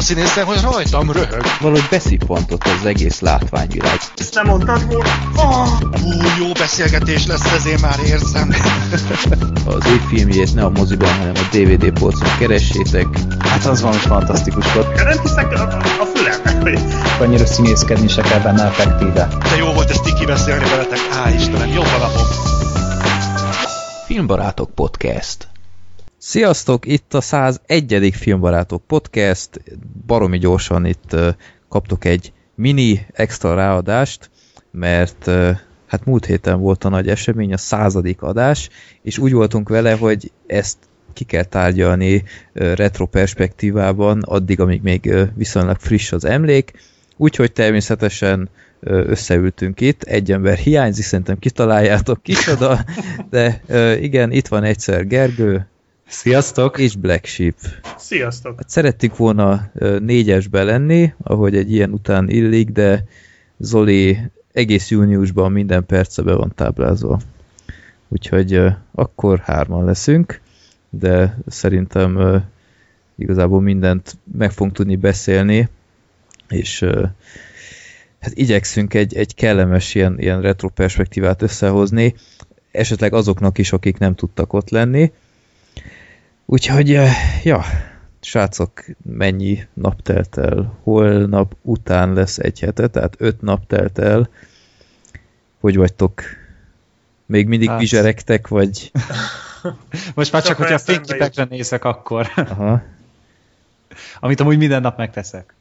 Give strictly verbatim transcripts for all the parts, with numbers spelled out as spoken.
színészen, hogy rajtam röhög. Valahogy beszippantott az egész látványvilág. Ezt nem mondtad volna? Oh, hú, jó beszélgetés lesz, ezért már érzem. Az év filmjét ne a moziban, hanem a dé vé dé polcon keressétek. Hát az valami fantasztikus volt. Nem hiszek a, a fülemnek, hogy... Annyira színészkedni se kell benne effektíve. De jó volt ezt Tiki beszélni veletek. Á, Istenem, jó a napom. Filmbarátok Podcast. Sziasztok, itt a százegyedik Filmbarátok Podcast. Baromi gyorsan itt uh, kaptok egy mini extra ráadást, mert uh, hát múlt héten volt a nagy esemény, a századik adás, és úgy voltunk vele, hogy ezt ki kell tárgyalni uh, retro perspektívában, addig, amíg még uh, viszonylag friss az emlék, úgyhogy természetesen összeültünk itt, egy ember hiányzik, szerintem kitaláljátok kicsoda, de uh, igen, itt van egyszer Gergő. Sziasztok! És Black Sheep. Sziasztok! Hát szerettünk volna uh, négyesbe lenni, ahogy egy ilyen után illik, de Zoli egész júniusban minden perce be van táblázva. Úgyhogy uh, akkor hárman leszünk, de szerintem uh, igazából mindent meg fogunk tudni beszélni, és uh, hát igyekszünk egy, egy kellemes ilyen, ilyen retro perspektívát összehozni, esetleg azoknak is, akik nem tudtak ott lenni. Úgyhogy, ja, srácok, mennyi nap telt el? Holnap után lesz egy hete, tehát öt nap telt el. Hogy vagytok? Még mindig hát. Bizseregtek, vagy... Most már csak, hogyha fényképekre nézek, akkor... Aha. Amit amúgy minden nap megteszek.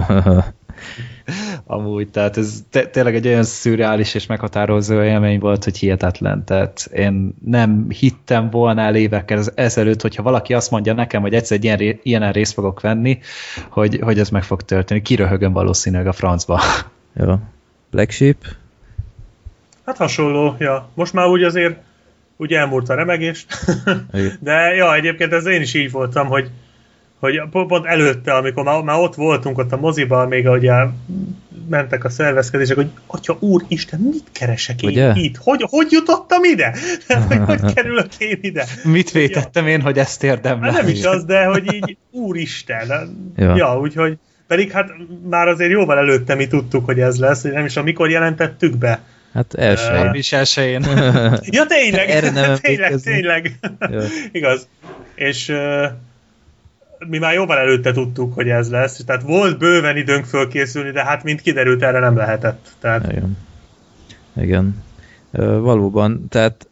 Amúgy, tehát ez tényleg egy olyan szürreális és meghatározó élmény volt, hogy hihetetlen. Tehát én nem hittem volna el évekkel ezelőtt, hogyha valaki azt mondja nekem, hogy egyszer egy ilyen, ilyenen részt fogok venni, hogy, hogy ez meg fog történni. Kiröhögöm valószínűleg a francba. Ja. Black Sheep? Hát hasonló, ja. Most már úgy azért úgy elmúlt a remegés. De ja, egyébként ez én is így voltam, hogy hogy pont előtte, amikor már, már ott voltunk ott a moziban, még ahogy mentek a szervezkedések, hogy atya úristen, mit keresek én ugye? Itt? Hogy, hogy jutottam ide? hogy, hogy kerülök én ide? Mit vétettem ja. én, hogy ezt érdemlem? Hát nem is az, de hogy így úristen. Ja. ja, úgyhogy pedig hát már azért jóval előtte mi tudtuk, hogy ez lesz, nem is amikor jelentettük be. Hát elsőjén. Uh, is elsőjén. ja, tényleg, tényleg, tényleg. Igaz. És... Uh, mi már jóval előtte tudtuk, hogy ez lesz, tehát volt bőven időnk fölkészülni, de hát mint kiderült, erre nem lehetett. Tehát... Igen. Igen. Uh, valóban, tehát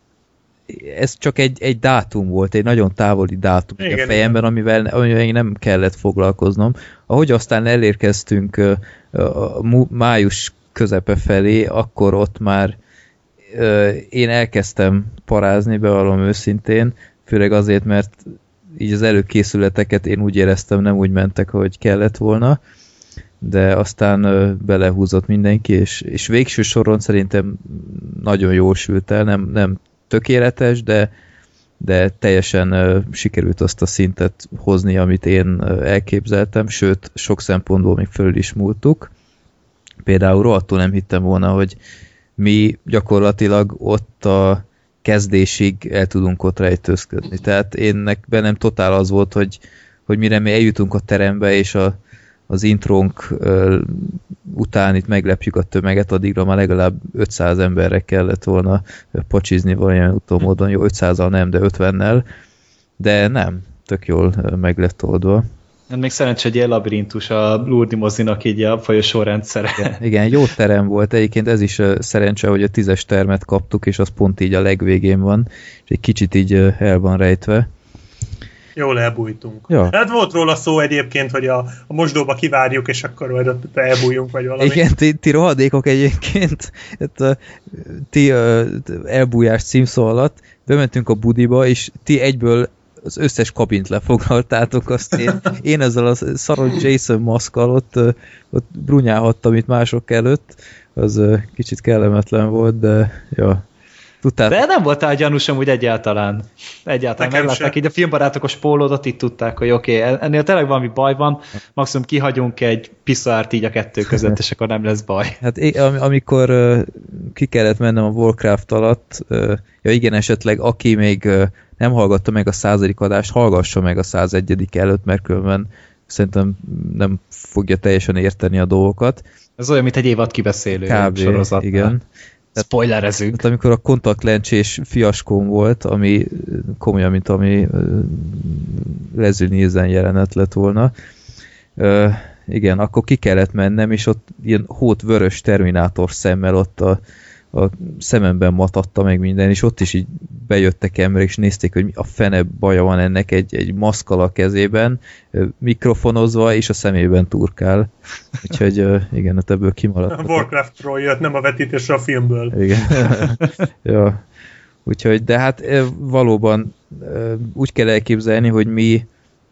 ez csak egy, egy dátum volt, egy nagyon távoli dátum igen, a fejemben, igen. amivel, amivel nem kellett foglalkoznom. Ahogy aztán elérkeztünk uh, uh, május közepe felé, akkor ott már uh, én elkezdtem parázni, bevallom őszintén, főleg azért, mert így az előkészületeket én úgy éreztem, nem úgy mentek, ahogy kellett volna, de aztán ö, belehúzott mindenki, és, és végső soron szerintem nagyon jól sült el, nem, nem tökéletes, de, de teljesen ö, sikerült azt a szintet hozni, amit én ö, elképzeltem, sőt, sok szempontból még föl is múltuk. Például rohadtul nem hittem volna, hogy mi gyakorlatilag ott a kezdésig el tudunk ott rejtőzködni. Tehát én bennem totál az volt, hogy, hogy mire mi eljutunk a terembe, és a, az intrónk uh, után itt meglepjük a tömeget, addigra már legalább ötszáz emberre kellett volna pacsizni valamilyen utómódon. Jó, ötszázzal nem, de ötvennel. De nem, tök jól uh, meg lett oldva. Még szerencsé, hogy ilyen labirintus a Lourdes mozinak így a folyosórendszere. Igen, igen, jó terem volt. Egyébként ez is uh, szerencse, hogy a tízes termet kaptuk, és az pont így a legvégén van, és egy kicsit így uh, el van rejtve. Jól elbújtunk. Ja. Hát volt róla szó egyébként, hogy a, a mosdóba kivárjuk, és akkor majd ott elbújjunk, vagy valami. Igen, ti, ti rohadékok egyébként, hát, uh, ti uh, elbújás címszó alatt bementünk a budiba, és ti egyből az összes kabint lefoglaltátok, azt én, én ezzel a szaros Jason maszkkal ott, ott brunyálhattam itt mások előtt, az kicsit kellemetlen volt, de ja. Tudtátok. De nem voltál gyanús amúgy egyáltalán. Egyáltalán meglátták így a filmbarátokos pólódot, itt tudták, hogy oké, okay, ennél tényleg valami baj van, maximum kihagyunk egy piszoárt így a kettő között, és akkor nem lesz baj. Hát én, amikor uh, ki kellett mennem a Warcraft alatt, uh, ja igen, esetleg aki még uh, nem hallgatta meg a századik adást, hallgassa meg a százegyedik előtt, mert különben szerintem nem fogja teljesen érteni a dolgokat. Ez olyan, mint egy évad kibeszélő Kb. Sorozatnál. Igen. Spoilerezünk. Tehát amikor a kontaktlencsés fiaskón volt, ami komolyan, mint ami Leslie Nielsen jelenet lett volna, uh, igen, akkor ki kellett mennem, és ott ilyen hót-vörös Terminátor szemmel ott a, a szememben matatta meg minden, és ott is így bejöttek emberek, és nézték, hogy a fene baja van ennek egy, egy maszkal a kezében, mikrofonozva, és a szemében turkál. Úgyhogy igen, hát ebből kimaradt. A Warcraftról jött, nem a vetítésre a filmből. Igen. Ja. Úgyhogy, de hát valóban úgy kell elképzelni, hogy mi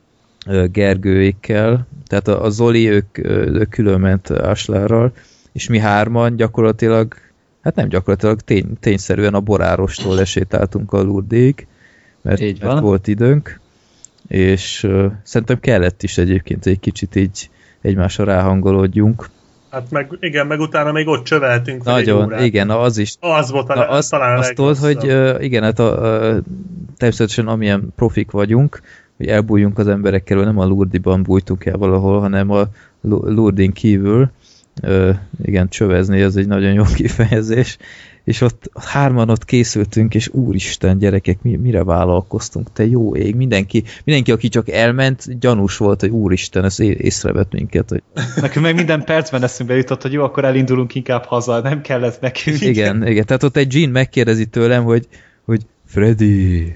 Gergőikkel, tehát a, a Zoli, ők, ők különment Áslárral, és mi hárman gyakorlatilag, hát nem gyakorlatilag, tény, tényszerűen a Borárostól lesétáltunk a Lourdesig, mert, mert volt időnk, és uh, szerintem kellett is egyébként egy kicsit így egymásra ráhangolódjunk. Hát meg, igen, meg utána még ott csöveltünk. Nagyon, igen, az is. Az volt a, na, az, talán a azt tudod, hogy uh, igen, hát a, a, természetesen amilyen profik vagyunk, hogy elbújjunk az emberekkel, nem a Lourdesban bújtunk el valahol, hanem a Lourdesn kívül. Ö, igen, csövezni, ez egy nagyon jó kifejezés. És ott hárman ott készültünk, és úristen, gyerekek, mi, mire vállalkoztunk? Te jó ég, mindenki, mindenki, aki csak elment, gyanús volt, hogy úristen, ez észrevett minket. Hogy... Nekünk meg minden percben eszünkbe jutott, hogy jó, akkor elindulunk inkább haza, nem kellett nekünk. Igen, igen, tehát ott egy Jean megkérdezi tőlem, hogy, hogy Freddy,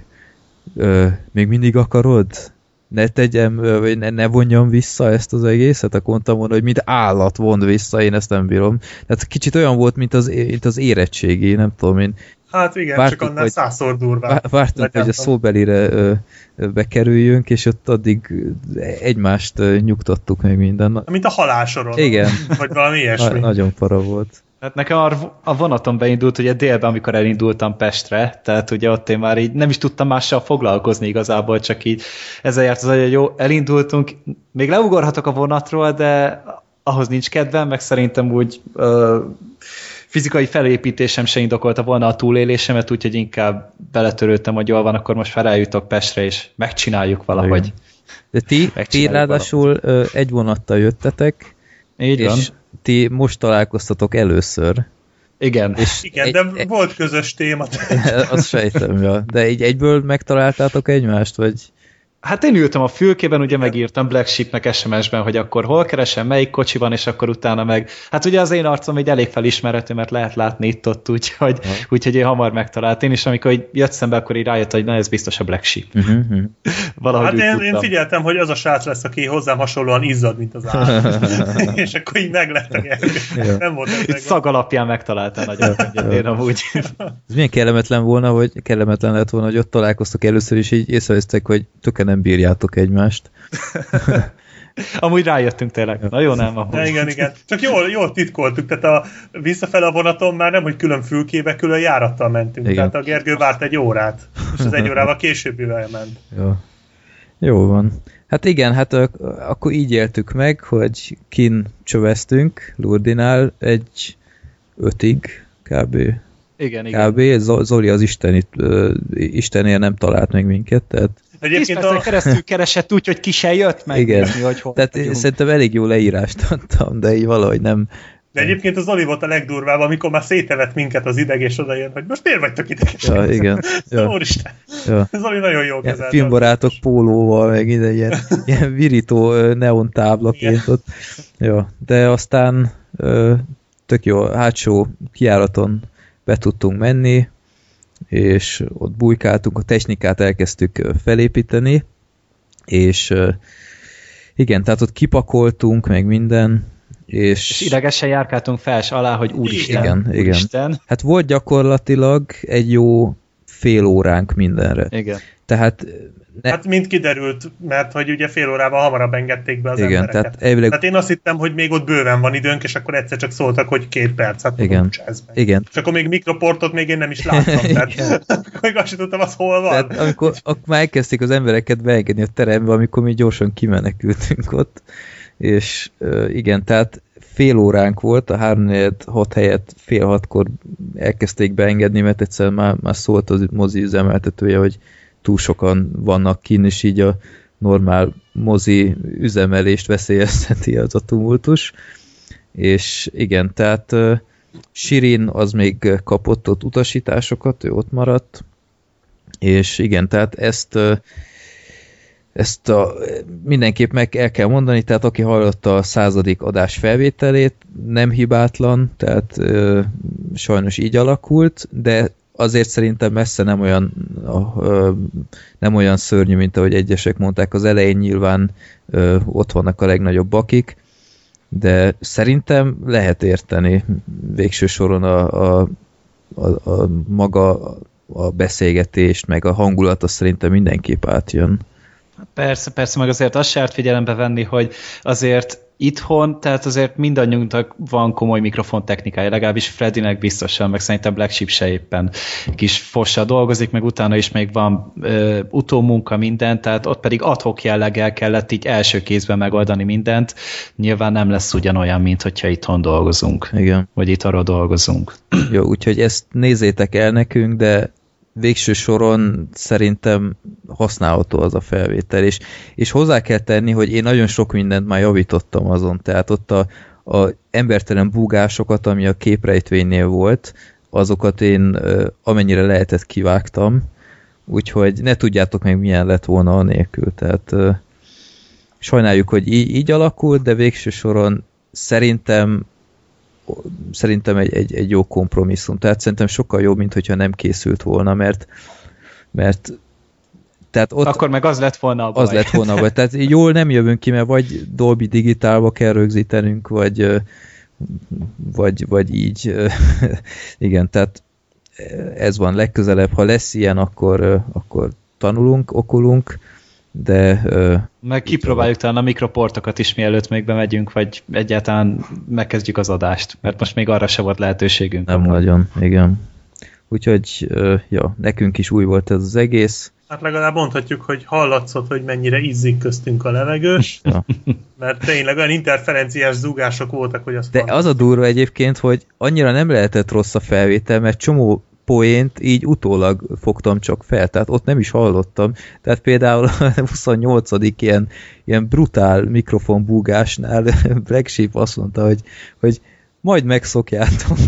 Ö, még mindig akarod? Ne tegyem, vagy ne, ne vonjam vissza ezt az egészet? Akkor mondtam volna, hogy mint állat vond vissza, én ezt nem bírom. Tehát kicsit olyan volt, mint az, mint az érettségi, nem tudom én. Hát igen, vártuk, csak annál százszor durvább. Vártunk, hogy a szóbelire ö, ö, bekerüljünk, és ott addig egymást ö, nyugtattuk meg minden. Mint a halálsoron. Igen. Vagy valami ilyesmi. Na, nagyon para volt. Hát nekem a vonaton beindult ugye délben, amikor elindultam Pestre, tehát ugye ott én már így nem is tudtam mással foglalkozni igazából, csak így ezzel járt az, hogy jó, elindultunk, még leugorhatok a vonatról, de ahhoz nincs kedvem, meg szerintem úgy ö, fizikai felépítésem se indokolta volna a túlélésemet, úgyhogy inkább beletörődtem, hogy jól van, akkor most fel eljutok Pestre, és megcsináljuk valahogy. De ti, ti ráadásul valahogy. Egy vonattal jöttetek, így és van. Ti most találkoztatok először. Igen. És igen, egy, de egy, volt közös téma. Azt sejtem, ja. De így egyből megtaláltátok egymást, vagy... Hát én ültem a fülkében, ugye megírtam Black Sheepnek es em es-ben, hogy akkor hol keresem, melyik kocsi van, és akkor utána meg... Hát ugye az én arcom egy elég felismerhető, mert lehet látni itt-ott, úgyhogy, úgyhogy én hamar megtalált. Én is, amikor így jött szembe, akkor így rájött, hogy na, ez biztos a Black Sheep. Uh-huh. Valahogy hát én, én figyeltem, hogy az a srác lesz, aki hozzám hasonlóan izzad, mint az állat. És akkor így meglettek. Nem volt ez meg. Szag alapján megtaláltál nagyon könnyedén amúgy. Ez milyen kellemetlen volna, hogy kellemetlen lett volna, hogy ott találkoztok először, és így észrevesztek, hogy tökre nem bírjátok egymást. Amúgy rájöttünk tényleg. Na jó, nem amúgy. Ja, igen, igen. Csak jól, jól titkoltuk, tehát a visszafele a vonaton már nem, hogy külön fülkébe, külön járattal mentünk. Igen. Tehát a Gergő várt egy órát, és az egy órával későbbivel ment. Jó. Jó van. Hát igen, hát akkor így éltük meg, hogy kin csöveztünk Lourdesnál egy ötig kb. Igen, igen. Kb. Zoli az Istenit, Istennél nem talált meg minket, tehát tíz percen a... keresztül keresett úgy, hogy ki se jött meg. Igen. Nézni, hogy hol tehát vagyunk. Szerintem elég jó leírást adtam, de így valahogy nem. De egyébként az Zoli volt a legdurvább, amikor már szétevett minket az ideg, és odajön, hogy most miért vagytok idegesek? Ja, igen. Ja. Úristen. Ja. Zoli nagyon jó kezelte. Filmbarátok pólóval, meg ide ilyen, ilyen virító neon táblaként ott. Ja. De aztán tök jó, hátsó kijáraton be tudtunk menni, és ott bujkáltunk, a technikát elkezdtük felépíteni, és igen, tehát ott kipakoltunk, meg minden, és... és idegesen járkáltunk fel és alá, hogy úristen, igen, úristen. Igen. Hát volt gyakorlatilag egy jó fél óránk mindenre. Igen. Tehát... Ne... Hát mind kiderült, mert hogy ugye fél órával hamarabb engedték be az igen, embereket. Tehát, elvileg... tehát én azt hittem, hogy még ott bőven van időnk, és akkor egyszer csak szóltak, hogy két perc, hát igen. Igen. És akkor még mikroportot még én nem is láttam, tehát akkor még azt sem tudtam, az hol van. Tehát amikor akkor már elkezdték az embereket beengedni a terembe, amikor mi gyorsan kimenekültünk ott, és uh, igen, tehát fél óránk volt, a három hat helyett fél hatkor elkezdték beengedni, mert egyszerűen már, már szólt az mozi üzemeltetője, hogy túl sokan vannak kint, és így a normál mozi üzemelést veszélyezteti az a tumultus. És igen, tehát Shirin az még kapott ott utasításokat, ő ott maradt, és igen, tehát ezt ezt a, mindenképp meg el kell mondani, tehát aki hallotta a századik adás felvételét, nem hibátlan, tehát ö, sajnos így alakult, de azért szerintem messze nem olyan, ö, nem olyan szörnyű, mint ahogy egyesek mondták az elején, nyilván ö, ott vannak a legnagyobb bakik, de szerintem lehet érteni végső soron a, a, a, a maga a beszélgetést, meg a hangulata szerintem mindenképp átjön. Persze, persze, meg azért azt se árt figyelembe venni, hogy azért itthon, tehát azért mindannyiunknak van komoly mikrofon technikája, legalábbis Freddynek biztosan, meg szerintem Black Sheep se éppen kis fossal dolgozik, meg utána is még van ö, utómunka minden, tehát ott pedig ad-hoc jelleggel kellett így első kézben megoldani mindent. Nyilván nem lesz ugyanolyan, mint hogyha itthon dolgozunk. Igen. Vagy itt arra dolgozunk. Jó, úgyhogy ezt nézzétek el nekünk, de végső soron szerintem használható az a felvétel, és, és hozzá kell tenni, hogy én nagyon sok mindent már javítottam azon, tehát ott a, a embertelen búgásokat, ami a képrejtvénynél volt, azokat én amennyire lehetett kivágtam, úgyhogy ne tudjátok meg milyen lett volna anélkül, tehát sajnáljuk, hogy így, így alakult, de végső soron szerintem szerintem egy, egy, egy jó kompromisszum. Tehát szerintem sokkal jobb, mint hogyha nem készült volna, mert, mert tehát ott akkor meg az lett volna a baj. Az lett volna a baj. Tehát jól nem jövünk ki, mert vagy Dolby Digitálba kell rögzítenünk, vagy, vagy, vagy így. Igen, tehát ez van legközelebb. Ha lesz ilyen, akkor, akkor tanulunk, okulunk, de... Meg kipróbáljuk talán a mikroportokat is, mielőtt még bemegyünk, vagy egyáltalán megkezdjük az adást, mert most még arra se volt lehetőségünk. Nem nagyon, igen. Úgyhogy, ja, nekünk is új volt ez az egész. Hát legalább mondhatjuk, hogy hallatszott, hogy mennyire izzik köztünk a levegő, ja. Mert tényleg olyan interferenciás zúgások voltak, hogy az... De az a durva egyébként, hogy annyira nem lehetett rossz a felvétel, mert csomó poént így utólag fogtam csak fel, tehát ott nem is hallottam. Tehát például a huszonnyolcadik ilyen, ilyen brutál mikrofonbúgásnál Black Sheep azt mondta, hogy, hogy majd megszokjátok.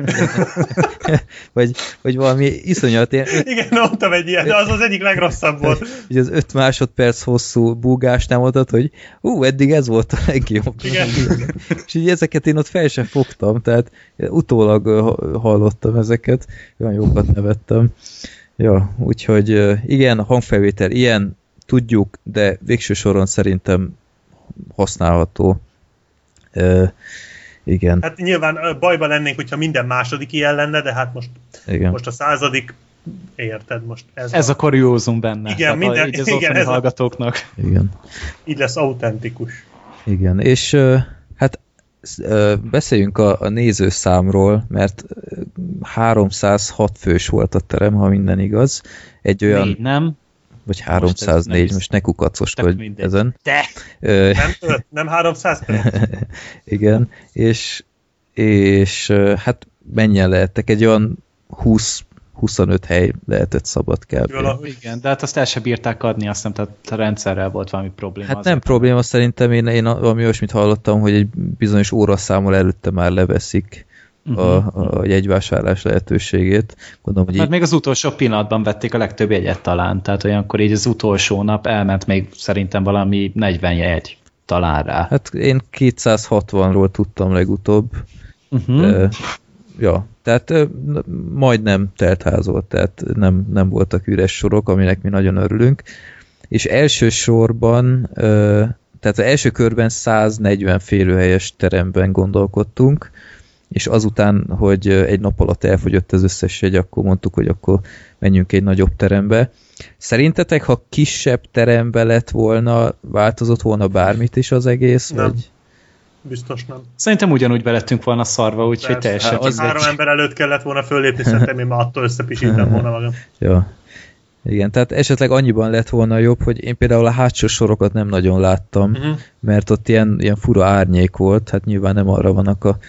vagy, vagy valami iszonyat ilyen... Igen, mondtam egy ilyen, de az az egyik legrosszabb volt. És az öt másodperc hosszú búgásnál mondtad, hogy ú, eddig ez volt a legjobb. Igen. És így ezeket én ott fel sem fogtam, tehát utólag hallottam ezeket, olyan jókat nevettem. Ja, úgyhogy igen, a hangfelvétel ilyen, tudjuk, de végső soron szerintem használható. Igen. Hát nyilván bajban lennénk, hogyha minden második ilyen lenne, de hát most, most a századik, érted, most ez Ez a, a kuriózum benne. Igen, minden, így az igen, ez hallgatóknak. Igen. Így lesz autentikus. Igen, és hát beszéljünk a, a nézőszámról, mert háromszázhat fős volt a terem, ha minden igaz. Egy olyan... Négy, nem? Vagy háromszáznégy, most, most ne kukacoskodj ezen. De! Ö, nem öt, nem háromszáz? Igen, és, és hát mennyien lehettek? Egy olyan húsz-huszonöt hely lehetett szabad kb. Igen, de hát azt el sem bírták adni, azt hiszem, tehát a rendszerrel volt valami probléma. Hát nem probléma, szerintem én, én valami olyasmit hallottam, hogy egy bizonyos óraszámmal előtte már leveszik a, a jegyvásárlás lehetőségét. Gondolom, hogy hát így... még az utolsó pillanatban vették a legtöbb jegyet talán, tehát olyankor így az utolsó nap elment még szerintem valami negyven jegy talán rá. Hát én kétszázhatvanról tudtam legutóbb. Uh-huh. E, ja, tehát majdnem teltház, tehát nem, nem voltak üres sorok, aminek mi nagyon örülünk. És elsősorban, tehát az első körben száznegyven férőhelyes teremben gondolkodtunk, és azután, hogy egy nap alatt elfogyott az összes jegy, akkor mondtuk, hogy akkor menjünk egy nagyobb terembe. Szerintetek, ha kisebb terembe lett volna, változott volna bármit is az egész? Nem. Vagy? Biztos nem. Szerintem ugyanúgy belettünk volna szarva, úgyhogy teljesen... Hát, az három egy... ember előtt kellett volna föllépni, szerintem én már attól összepisítem volna magam. Ja. Igen, tehát esetleg annyiban lett volna jobb, hogy én például a hátsó sorokat nem nagyon láttam, uh-huh. mert ott ilyen, ilyen fura árnyék volt, hát nyilván nem arra vannak a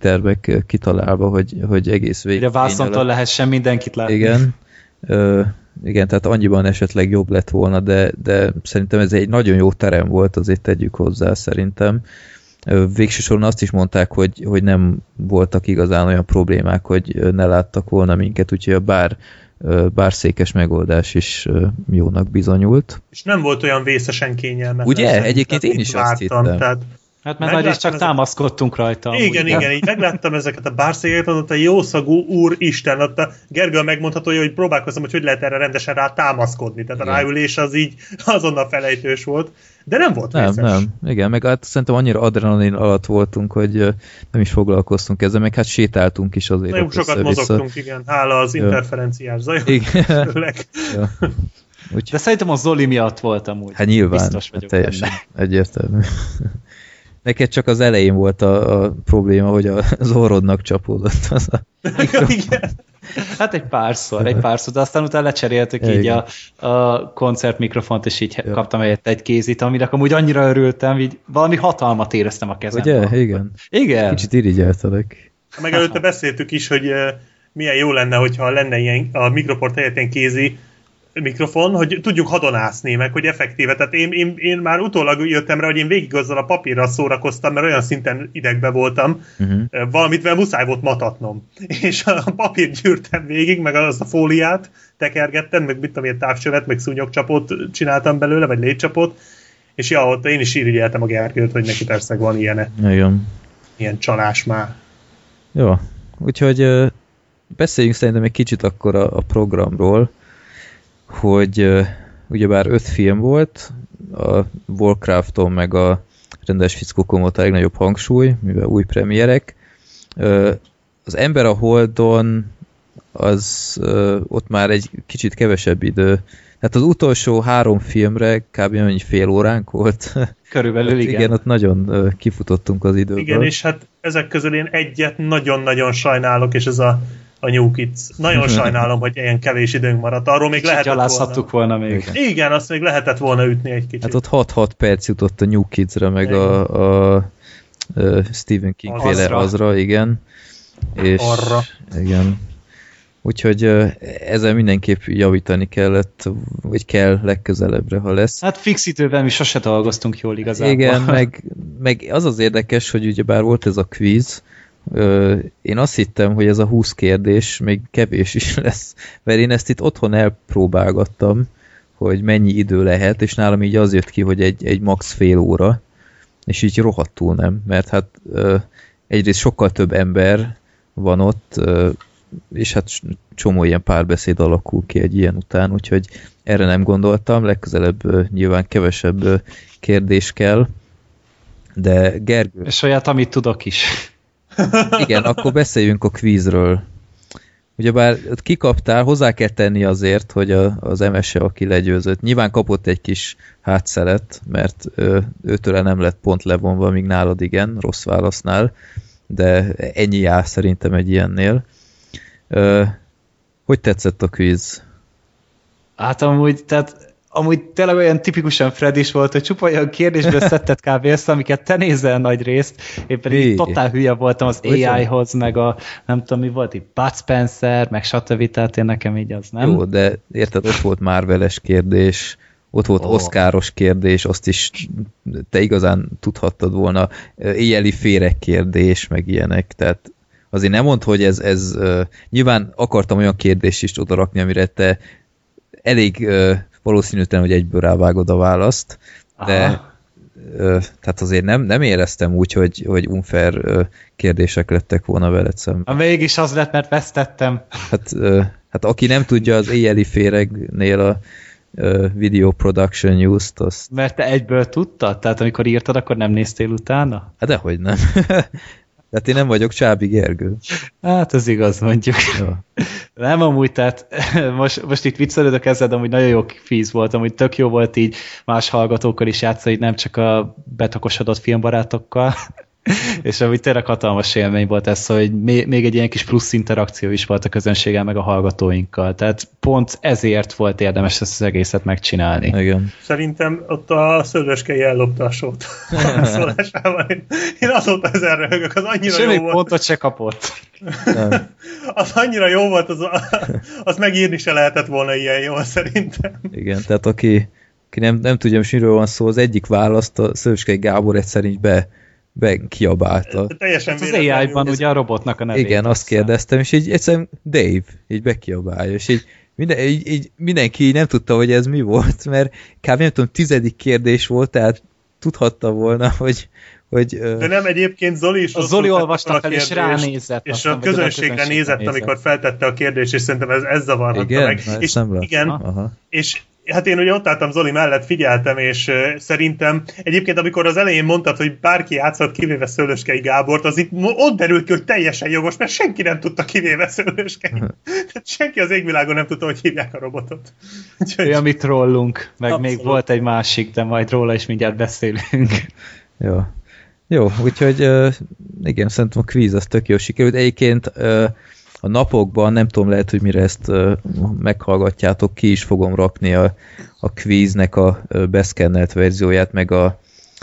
mozitervek kitalálva, hogy, hogy egész végig... De vásznontól lehessen mindenkit látni. Igen, Ö, igen, tehát annyiban esetleg jobb lett volna, de, de szerintem ez egy nagyon jó terem volt, azért tegyük hozzá szerintem. Végső soron azt is mondták, hogy, hogy nem voltak igazán olyan problémák, hogy ne láttak volna minket, úgyhogy a bár, bárszékes megoldás is jónak bizonyult. És nem volt olyan vészesen kényelmetlen. Ugye? Egyébként én is azt hittem. Tehát hát mert nagy is csak ezek... támaszkodtunk rajta. Igen, igen, így megláttam ezeket a bárszékeket, ott a jószagú úr Isten, ott a Gergő megmondhatója, hogy próbálkoztam, hogy hogy lehet erre rendesen rá támaszkodni. Tehát igen. A ráülés az így azonnal felejtős volt, de nem volt nem, vészes. Nem, igen, meg hát szerintem annyira adrenalin alatt voltunk, hogy nem is foglalkoztunk ezzel, meg hát sétáltunk is azért. Nagyon sokat mozogtunk, igen, hála az ja. interferenciás zajok. Igen. Ja. Úgy... De szerintem a Zoli miatt voltam úgy. Hát nyilván, teljesen egyértelmű. Neked csak az elején volt a, a probléma, hogy az orrodnak csapódott az a igen. Hát egy párszor, egy párszor, de aztán utána lecseréltük így a, a koncert mikrofont, és így ja. kaptam helyett egy kézit, aminek amúgy annyira örültem, így valami hatalmat éreztem a kezemben. Ugye? Igen. Igen. Kicsit irigyeltelek. Meg előtte beszéltük is, hogy uh, milyen jó lenne, hogyha lenne ilyen a mikroport helyett ilyen kézi mikrofon, hogy tudjuk hadonászni, meg hogy effektíve. Tehát én, én, én már utólag jöttem rá, hogy én végig azzal a papírral szórakoztam, mert olyan szinten idegbe voltam, uh-huh. valamit, mert muszáj volt matatnom. És a papírt gyűrtem végig, meg az a fóliát tekergettem, meg mit tudom, ilyen távcsövet, meg szúnyogcsapot csináltam belőle, vagy létcsapot, és ja, ott én is irigyeltem a Gergőt, hogy neki persze van ilyen, igen. ilyen csalás már. Jó, úgyhogy beszéljünk szerintem egy kicsit akkor a, a programról, hogy uh, ugyebár öt film volt, a Warcrafton meg a rendes fickókon volt a legnagyobb hangsúly, mivel új premierek. Uh, az Ember a Holdon az uh, ott már egy kicsit kevesebb idő. Tehát az utolsó három filmre kb. Annyi fél óránk volt. Körülbelül igen. Igen, ott nagyon uh, kifutottunk az időből. Igen, és hát ezek közül én egyet nagyon-nagyon sajnálok, és ez a a New Kids. Nagyon sajnálom, hogy ilyen kevés időnk maradt. Arról még kicsit lehetett volna. volna még. Igen, azt még lehetett volna ütni egy kicsit. Hát ott hat-hat perc jutott a New Kids-re, meg a, a, a Stephen King féle azra. azra, igen. És, Arra. Igen. Úgyhogy ezzel mindenképp javítani kellett, vagy kell legközelebbre, ha lesz. Hát fix időben mi sose dolgoztunk jól igazából. Igen, meg, meg az az érdekes, hogy ugyebár volt ez a quiz, én azt hittem, hogy ez a húsz kérdés még kevés is lesz, mert én ezt itt otthon elpróbálgattam, hogy mennyi idő lehet, és nálam így az jött ki, hogy egy, egy max fél óra, és így rohadtul nem, mert hát egyrészt sokkal több ember van ott, és hát csomó ilyen párbeszéd alakul ki egy ilyen után, úgyhogy erre nem gondoltam, legközelebb nyilván kevesebb kérdés kell, de Gergő... És olyat, amit tudok is. Igen, akkor beszéljünk a quizről. Ugyebár kikaptál, hozzá kell tenni azért, hogy a, az em es e, aki legyőzött, nyilván kapott egy kis hátszelet, mert ő, őtőle nem lett pont levonva, míg nálad igen, rossz válasznál, de ennyi jár szerintem egy ilyennél. Hogy tetszett a quiz? Hát amúgy, tehát amúgy tényleg olyan tipikusan Fred is volt, hogy csupa olyan kérdésből szedted kb. Ezt, amiket te nézel nagy részt. Én pedig totál hülye voltam az á i-hoz, meg a nem tudom mi volt, itt Bud Spencer, meg stb. Tehát én nekem így az nem. Jó, de érted, ott volt Marvel-es kérdés, ott volt oh. Oscaros kérdés, azt is te igazán tudhattad volna, éjjeli féreg kérdés, meg ilyenek, tehát azért nem mondd, hogy ez, ez uh, nyilván akartam olyan kérdést is odarakni, amire te elég uh, valószínűtlen, hogy egyből rávágod a választ, de ö, tehát azért nem, nem éreztem úgy, hogy, hogy unfair ö, kérdések lettek volna veled szemben. Mégis az lett, mert vesztettem. Hát, ö, hát aki nem tudja az éjjeli féregnél a ö, Video Production News-t, azt... Mert te egyből tudtad? Tehát amikor írtad, akkor nem néztél utána? Hát dehogy nem. Tehát én nem vagyok Csábi Gergő. Hát ez igaz, mondjuk. Ja. Nem amúgy, tehát most, most itt viccelődök ezzel, de amúgy nagyon jó quiz volt, amúgy tök jó volt így más hallgatókkal is játszani, nem csak a betokosodott filmbarátokkal. És ami tényleg hatalmas élmény volt ez, hogy még egy ilyen kis plusz interakció is volt a közönséggel, meg a hallgatóinkkal. Tehát pont ezért volt érdemes ezt az egészet megcsinálni. Igen. Szerintem ott a Szőlőskei ellopta a sót a szólásával. Én azóta ezen röhögök, az annyira Semmi jó volt. pontot se kapott. Az annyira jó volt, az, az megírni se lehetett volna ilyen jól szerintem. Igen, tehát aki, aki nem, nem tudja, most miről van szó, az egyik választ a Szőlőskei Gábor egyszerűen így be bekiabálta. Teljesen hát az á i-ban ugye a robotnak a nevét. Igen, azt kérdeztem, és így egyszerűen Dave, így bekiabálja, és így, minden, így, így mindenki így nem tudta, hogy ez mi volt, mert kb. Nem tudom, tizedik kérdés volt, tehát tudhatta volna, hogy... hogy de nem, egyébként Zoli is... A Zoli olvasta fel, és ránézett. És a közönségre nézett, nézett, amikor feltette a kérdést, és szerintem ez, ez zavarhatta igen? meg. Na, és, igen, Aha. és hát én ugye ott álltam Zoli mellett, figyeltem, és uh, szerintem egyébként amikor az elején mondtad, hogy bárki játszott kivéve Szőlőskei Gábort, az itt ott derült ki, hogy teljesen jogos, mert senki nem tudta kivéve Szőlőskei. Tehát senki az égvilágon nem tudta, hogy hívják a robotot. Úgyhogy... Olyan, mit trollunk, meg abszolút. Még volt egy másik, de majd róla is mindjárt beszélünk. Jó. Jó, úgyhogy uh, igen, szerintem a kvíz az tök jó sikerült. Egyébként uh, a napokban, nem tudom, lehet, hogy mire ezt uh, meghallgatjátok, ki is fogom rakni a, a kvíznek a uh, beszkennelt verzióját, meg a,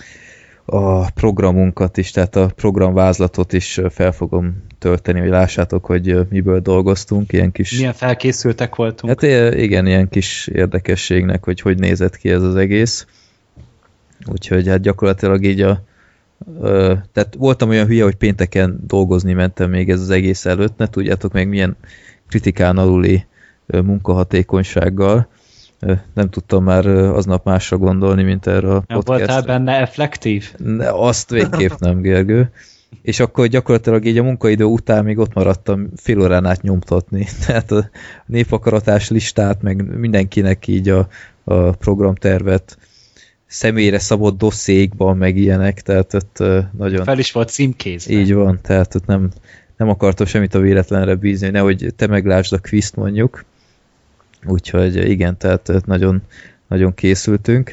a programunkat is, tehát a programvázlatot is uh, fel fogom tölteni, hogy lássátok, hogy uh, miből dolgoztunk, ilyen kis... Milyen felkészültek voltunk. Hát uh, igen, ilyen kis érdekességnek, hogy hogy nézett ki ez az egész. Úgyhogy hát gyakorlatilag így a Ö, tehát voltam olyan hülye, hogy pénteken dolgozni mentem még ez az egész előtt, ne tudjátok meg milyen kritikán aluli ö, munkahatékonysággal. Ö, nem tudtam már ö, aznap másra gondolni, mint erre a podcastra. Voltál benne effektív? Ne, azt végképp nem, Gergő. És akkor gyakorlatilag így a munkaidő után még ott maradtam fél órán át nyomtatni. Tehát a népakaratás listát, meg mindenkinek így a, a programtervet személyre szabott dosszékban, meg ilyenek, tehát ott uh, nagyon... Fel is volt címkézve. Így van, tehát ott nem, nem akartam semmit a véletlenre bízni, nehogy te meglásd a quizt mondjuk. Úgyhogy igen, tehát nagyon, nagyon készültünk.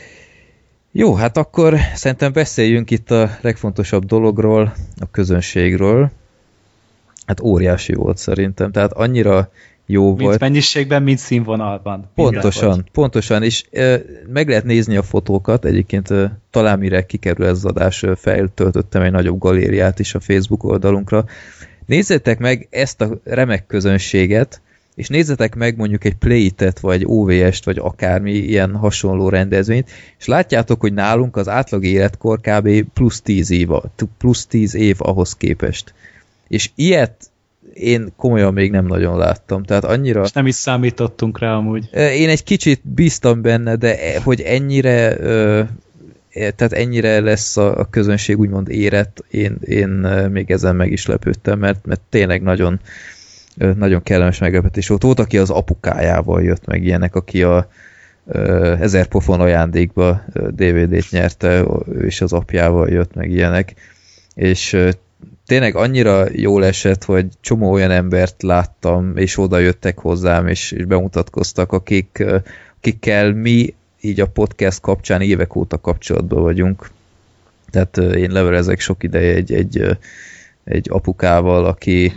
Jó, hát akkor szerintem beszéljünk itt a legfontosabb dologról, a közönségről. Hát óriási volt szerintem, tehát annyira jó mint volt. Mennyiségben, mint színvonalban. Pontosan, pontosan, és e, meg lehet nézni a fotókat, egyébként e, talán mire kikerül ez az adás, e, feltöltöttem egy nagyobb galériát is a Facebook oldalunkra. Nézzétek meg ezt a remek közönséget, és nézzetek meg mondjuk egy Play-It-et, vagy o vé est, vagy akármi ilyen hasonló rendezvényt, és látjátok, hogy nálunk az átlag életkor kb. plusz tíz év, plusz tíz év ahhoz képest. És ilyet én komolyan még nem nagyon láttam, tehát annyira... És nem is számítottunk rá amúgy. Én egy kicsit bíztam benne, de hogy ennyire tehát ennyire lesz a közönség úgymond érett, én, én még ezen meg is lepődtem, mert, mert tényleg nagyon, nagyon kellemes meglepetés volt. Volt, aki az apukájával jött meg ilyenek, aki a ezer pofon ajándékba dé vé dét nyerte, és az apjával jött meg ilyenek, és tényleg annyira jól esett, hogy csomó olyan embert láttam, és oda jöttek hozzám, és, és bemutatkoztak, akik, akikkel mi így a podcast kapcsán évek óta kapcsolatban vagyunk. Tehát én levelezek sok ideje egy, egy, egy apukával, aki,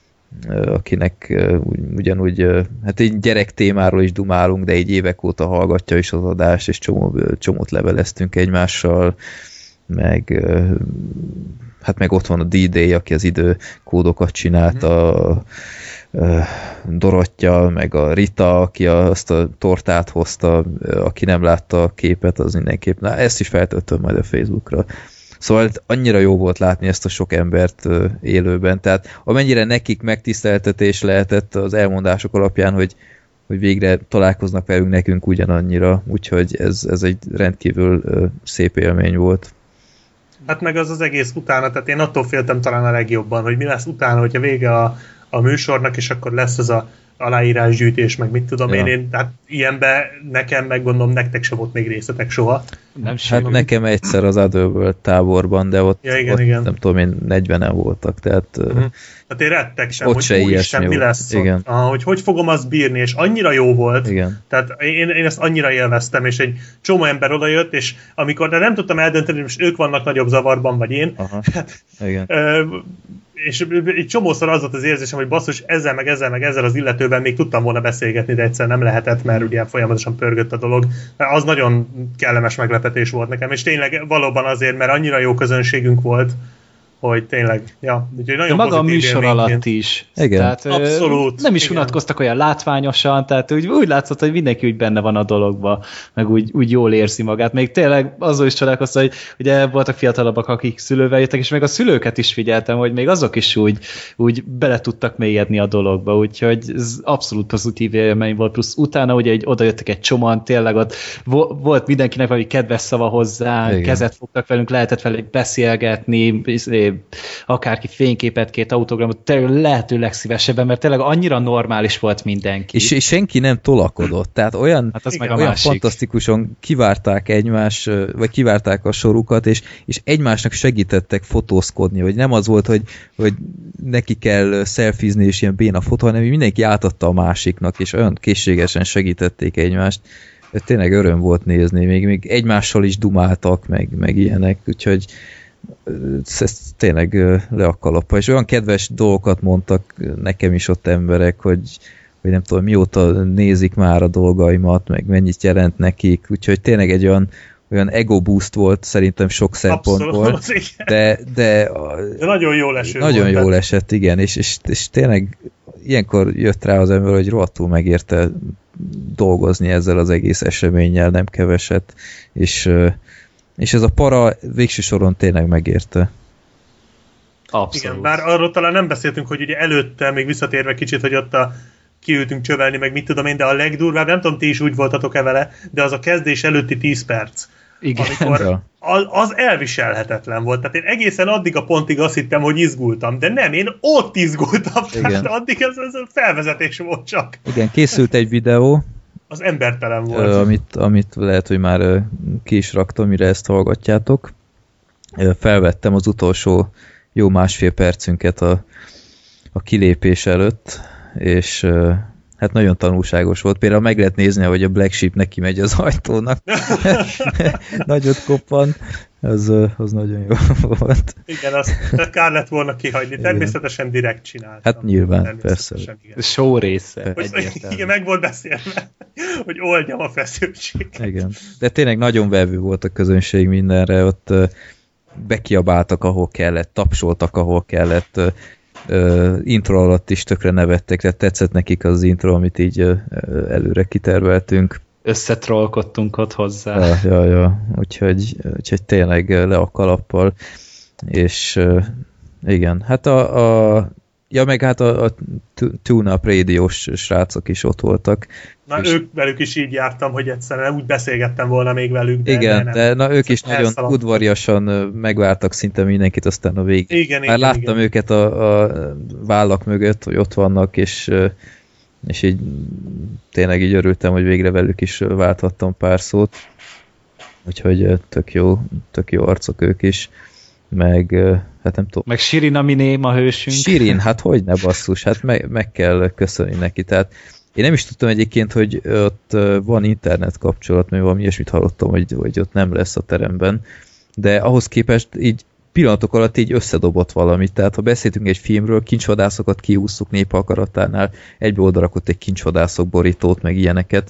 akinek ugyanúgy, hát egy gyerek témáról is dumálunk, de egy évek óta hallgatja is az adást, és csomó, csomót leveleztünk egymással, meg hát meg ott van a dé dé, aki az időkódokat csinálta, mm-hmm. Dorottya, meg a Rita, aki azt a tortát hozta, aki nem látta a képet, az mindenképp, na ezt is feltöltöm majd a Facebookra. Szóval annyira jó volt látni ezt a sok embert élőben, tehát amennyire nekik megtiszteltetés lehetett az elmondások alapján, hogy, hogy végre találkoznak velünk, nekünk ugyanannyira, úgyhogy ez, ez egy rendkívül szép élmény volt. Hát meg az az egész utána, tehát én attól féltem talán a legjobban, hogy mi lesz utána, hogyha vége a, a műsornak, és akkor lesz az a aláírásgyűjtés, meg mit tudom ja. én, én, hát ilyenben nekem, meg gondolom, nektek sem volt még részletek soha. Nem hát sem. Nekem egyszer az Otherworld táborban, de ott, ja, igen, ott igen. nem tudom én, negyvenen voltak, tehát... Uh-huh. Hát én rettek sem, ott hogy se úristen, mi lesz igen. ott. Ah, hogy hogy fogom azt bírni, és annyira jó volt. Igen. Tehát én, én ezt annyira élveztem, és egy csomó ember odajött, és amikor de nem tudtam eldönteni, hogy most ők vannak nagyobb zavarban, vagy én. Aha. Igen. És egy csomószor az volt az érzésem, hogy basszus, ezzel meg ezzel meg ezzel az illetőben még tudtam volna beszélgetni, de egyszer nem lehetett, mert ugye folyamatosan pörgött a dolog. Az nagyon kellemes meglepetés volt nekem, és tényleg valóban azért, mert annyira jó közönségünk volt, hogy tényleg, ja. Nagyon de maga a műsor alatt is. Igen. Tehát, abszolút. Nem is igen. unatkoztak olyan látványosan, tehát úgy, úgy látszott, hogy mindenki úgy benne van a dologba, meg úgy, úgy jól érzi magát. Még tényleg azzal is csodálkoztam, hogy ugye voltak fiatalabbak, akik szülővel jöttek, és még a szülőket is figyeltem, hogy még azok is úgy, úgy bele tudtak mélyedni a dologba, úgyhogy ez abszolút pozitív élmény volt, plusz utána ugye oda jöttek egy csomóan, tényleg ott volt mindenkinek valami kedves szava hozzá, igen. kezet fogtak velünk, lehetett velük beszélgetni, akárki fényképet, két autogramot, tényleg lehető legszívesebben, mert tényleg annyira normális volt mindenki. És, és senki nem tolakodott, tehát olyan, hát az igen, meg a olyan másik. fantasztikusan kivárták egymás, vagy kivárták a sorukat, és, és egymásnak segítettek fotózkodni, hogy nem az volt, hogy, hogy neki kell szelfizni, és ilyen béna fotó, hanem mindenki átadta a másiknak, és olyan készségesen segítették egymást. Tényleg öröm volt nézni, még, még egymással is dumáltak, meg, meg ilyenek, úgyhogy ez tényleg le a kalappa, és olyan kedves dolgokat mondtak nekem is ott emberek, hogy, hogy nem tudom, mióta nézik már a dolgaimat, meg mennyit jelent nekik, úgyhogy tényleg egy olyan, olyan ego boost volt szerintem sok szempontból, abszolút, de, de, de nagyon jól eső nagyon volt, jól esett, igen, és, és, és tényleg ilyenkor jött rá az ember, hogy rohadtul megérte dolgozni ezzel az egész eseménnyel, nem keveset, és és ez a para végső soron tényleg megérte. Abszolút. Igen, bár arról talán nem beszéltünk, hogy ugye előtte, még visszatérve kicsit, hogy ott a kiültünk csövelni, meg mit tudom én, de a legdurvább, nem tudom, ti is úgy voltatok-e vele, de az a kezdés előtti tíz perc. Igen. Amikor az, az elviselhetetlen volt. Tehát én egészen addig a pontig azt hittem, hogy izgultam, de nem, én ott izgultam. Igen. Tehát addig ez, ez a felvezetés volt csak. Igen, készült egy videó, az embertelen volt. Ö, amit, amit lehet, hogy már ö, ki is raktam, mire ezt hallgatjátok. Ö, felvettem az utolsó jó másfél percünket a, a kilépés előtt, és ö, hát nagyon tanulságos volt. Például meg lehet nézni, hogy a Black Sheep neki megy az ajtónak. Nagyot koppan. Az, az nagyon jó volt. Igen, azt kár lett volna kihagyni. Természetesen direkt csináltam. Hát nyilván, persze. Igen. Show része. Hogy, igen, meg volt beszélve, hogy oldjam a feszültséget. Igen. De tényleg nagyon vevő volt a közönség mindenre. Ott bekiabáltak, ahol kellett, tapsoltak, ahol kellett. Uh, intro alatt is tökre nevettek, tehát tetszett nekik az intro, amit így uh, előre kiterveltünk. Összetrollkodtunk ott hozzá. Ja, ja, ja. Úgyhogy, úgyhogy tényleg le a kalappal, és uh, igen, hát a, a ja, meg hát a, a Tune-Up rádiós srácok is ott voltak. Na, és ők velük is így jártam, hogy egyszerűen úgy beszélgettem volna még velük. De igen, de, de na, ők is nagyon udvariasan megvártak szinte mindenkit, aztán a végén. Igen, Már igen, láttam igen. őket a, a vállak mögött, hogy ott vannak, és, és így tényleg így örültem, hogy végre velük is válthattam pár szót. Úgyhogy tök jó, tök jó arcok ők is. Meg, hát nem tudom. Meg Shirin, ami néma hősünk. Shirin, hát hogy ne basszus, hát meg, meg kell köszönni neki. Tehát én nem is tudtam egyébként, hogy ott van internet kapcsolat, mert valami ilyesmit hallottam, hogy, hogy ott nem lesz a teremben. De ahhoz képest így pillanatok alatt így összedobott valamit. Tehát ha beszéltünk egy filmről, kincsvadászokat kiúsztuk Népa akaratánál, egybe odarakott egy kincsvadászok borítót, meg ilyeneket,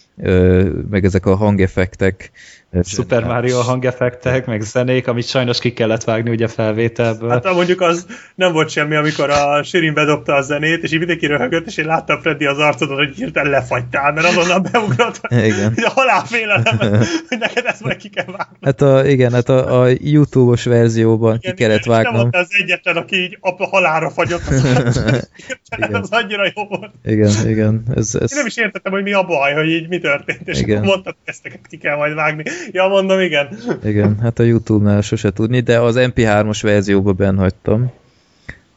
meg ezek a hangeffektek. Super Mario hangeffektek, meg zenék, amit sajnos ki kellett vágni ugye felvételből. Hát mondjuk az nem volt semmi, amikor a Shirin bedobta a zenét, és így mindenki röhögött, és én láttam Freddy az arcodon, hogy hirtelen lefagytál, mert azonnal beugrott, hogy a halálfélelem, hogy neked ezt majd ki kell vágni. Hát a, igen, hát a, a YouTube-os verzióban igen, ki kellett vágnom. Nem volt az egyetlen, aki így a halálra fagyott az az annyira jó volt. Igen, igen. Ez, ez... Én nem is értettem, hogy mi a baj, hogy így mi történt, és igen. Akkor mondtad, hogy ezteket ki kell majd vágni. Ja, mondom, igen. Igen, hát a YouTube-nál sose tudni, de az em pé hármas verzióban benn hagytam.